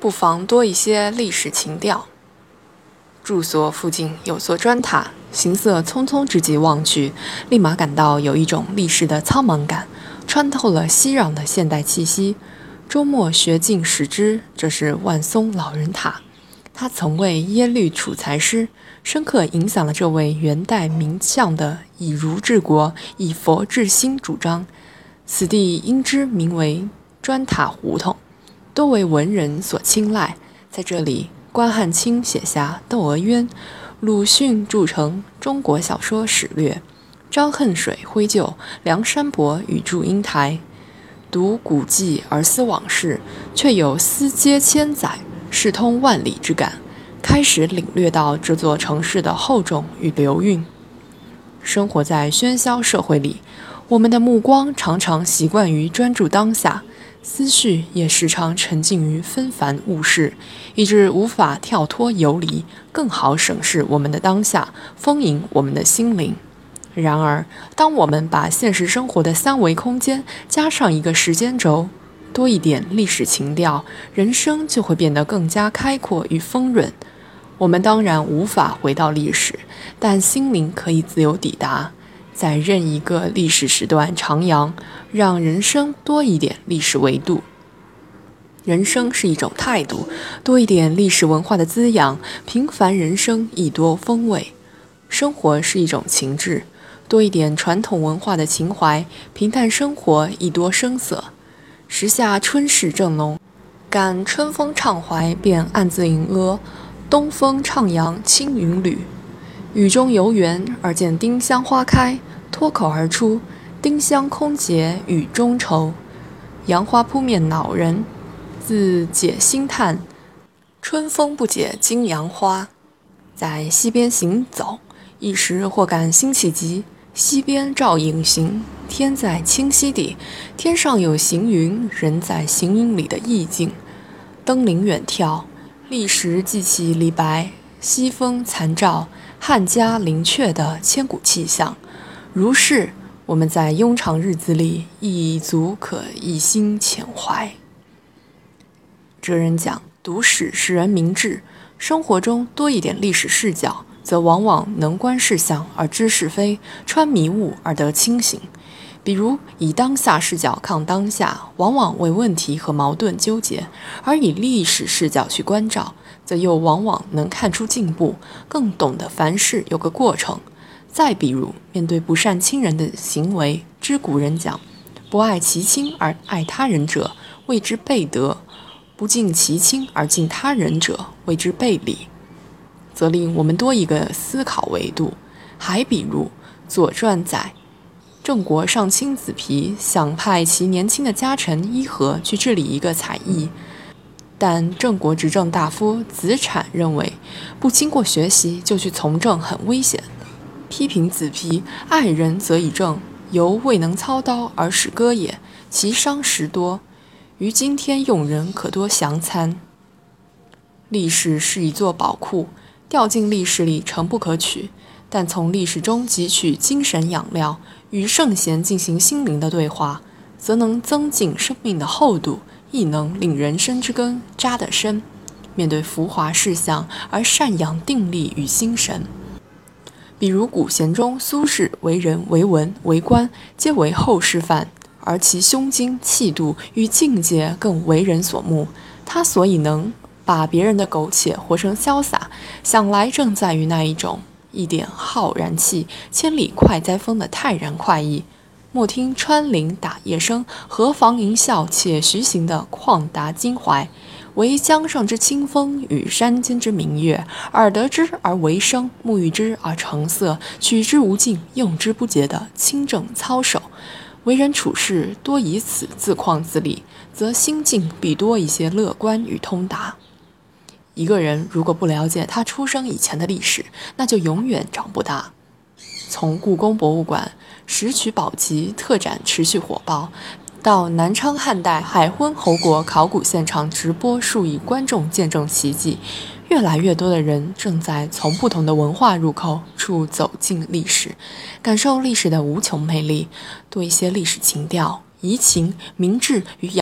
不妨多一些历史情调。住所附近有座砖塔，行色匆匆之际望去，立马感到有一种历史的苍茫感，穿透了熙攘的现代气息。周末学进识之，这是万松老人塔。他曾为耶律楚材师，深刻影响了这位元代名相的以儒治国、以佛治心主张。此地因之名为砖塔胡同，多为文人所青睐。在这里，关汉卿写下《窦娥冤》，鲁迅著成《中国小说史略》，张恨水挥就梁山伯与祝英台。读古迹而思往事，却有思接千载，视通万里之感，开始领略到这座城市的厚重与流韵。生活在喧嚣社会里，我们的目光常常习惯于专注当下，思绪也时常沉浸于纷繁物事，以致无法跳脱游离，更好审视我们的当下，丰盈我们的心灵。然而，当我们把现实生活的三维空间加上一个时间轴，多一点历史情调，人生就会变得更加开阔与丰润。我们当然无法回到历史，但心灵可以自由抵达，在任一个历史时段徜徉，让人生多一点历史维度。人生是一种态度，多一点历史文化的滋养，平凡人生亦多风味。生活是一种情志，多一点传统文化的情怀，平淡生活亦多声色。时下春势正浓，感春风畅怀，便暗自吟歌，东风徜徉青云旅。雨中游园，而见丁香花开，脱口而出，丁香空结雨中愁。杨花扑面恼人，自解心叹，春风不解金杨花。在溪边行走，一时或感辛弃疾。溪边照影行，天在清溪底，天上有行云，人在行云里的意境。登临远眺，立时记起李白西风残照，汉家陵阙的千古气象。如是，我们在庸常日子里亦足可一心缅怀。哲人讲，读史使人明智，生活中多一点历史视角，则往往能观事项而知是非，穿迷雾而得清醒。比如以当下视角看当下，往往为问题和矛盾纠结；而以历史视角去关照，则又往往能看出进步，更懂得凡事有个过程。再比如面对不善亲人的行为，知古人讲，不爱其亲而爱他人者，谓之悖德；不敬其亲而敬他人者，谓之悖礼，则令我们多一个思考维度。还比如《左传》载，郑国上卿子皮想派其年轻的家臣伊和去治理一个采邑，但郑国执政大夫子产认为，不经过学习就去从政很危险，批评子皮爱人则以正，犹未能操刀而使割也，其伤实多。于今天用人可多详参。历史是一座宝库，掉进历史里诚不可取，但从历史中汲取精神养料，与圣贤进行心灵的对话，则能增进生命的厚度，亦能令人生之根扎得深，面对浮华事项而善养定力与心神。比如古贤中苏轼为人为文为官，皆为后世范，而其胸襟气度与境界更为人所慕。他所以能把别人的苟且活成潇洒，想来正在于那一种一点浩然气，千里快哉风的泰然快意。莫听穿林打叶声，何妨吟啸且徐行的旷达襟怀。惟江上之清风与山间之明月，耳得之而为声，目遇之而成色，取之无尽，用之不竭的清正操守。为人处事多以此自况自立，则心境必多一些乐观与通达。一个人如果不了解他出生以前的历史，那就永远长不大。从故宫博物馆石渠宝笈特展持续火爆，到南昌汉代海昏侯国考古现场直播数亿观众见证奇迹，越来越多的人正在从不同的文化入口处走进历史，感受历史的无穷魅力，多一些历史情调、怡情、明智与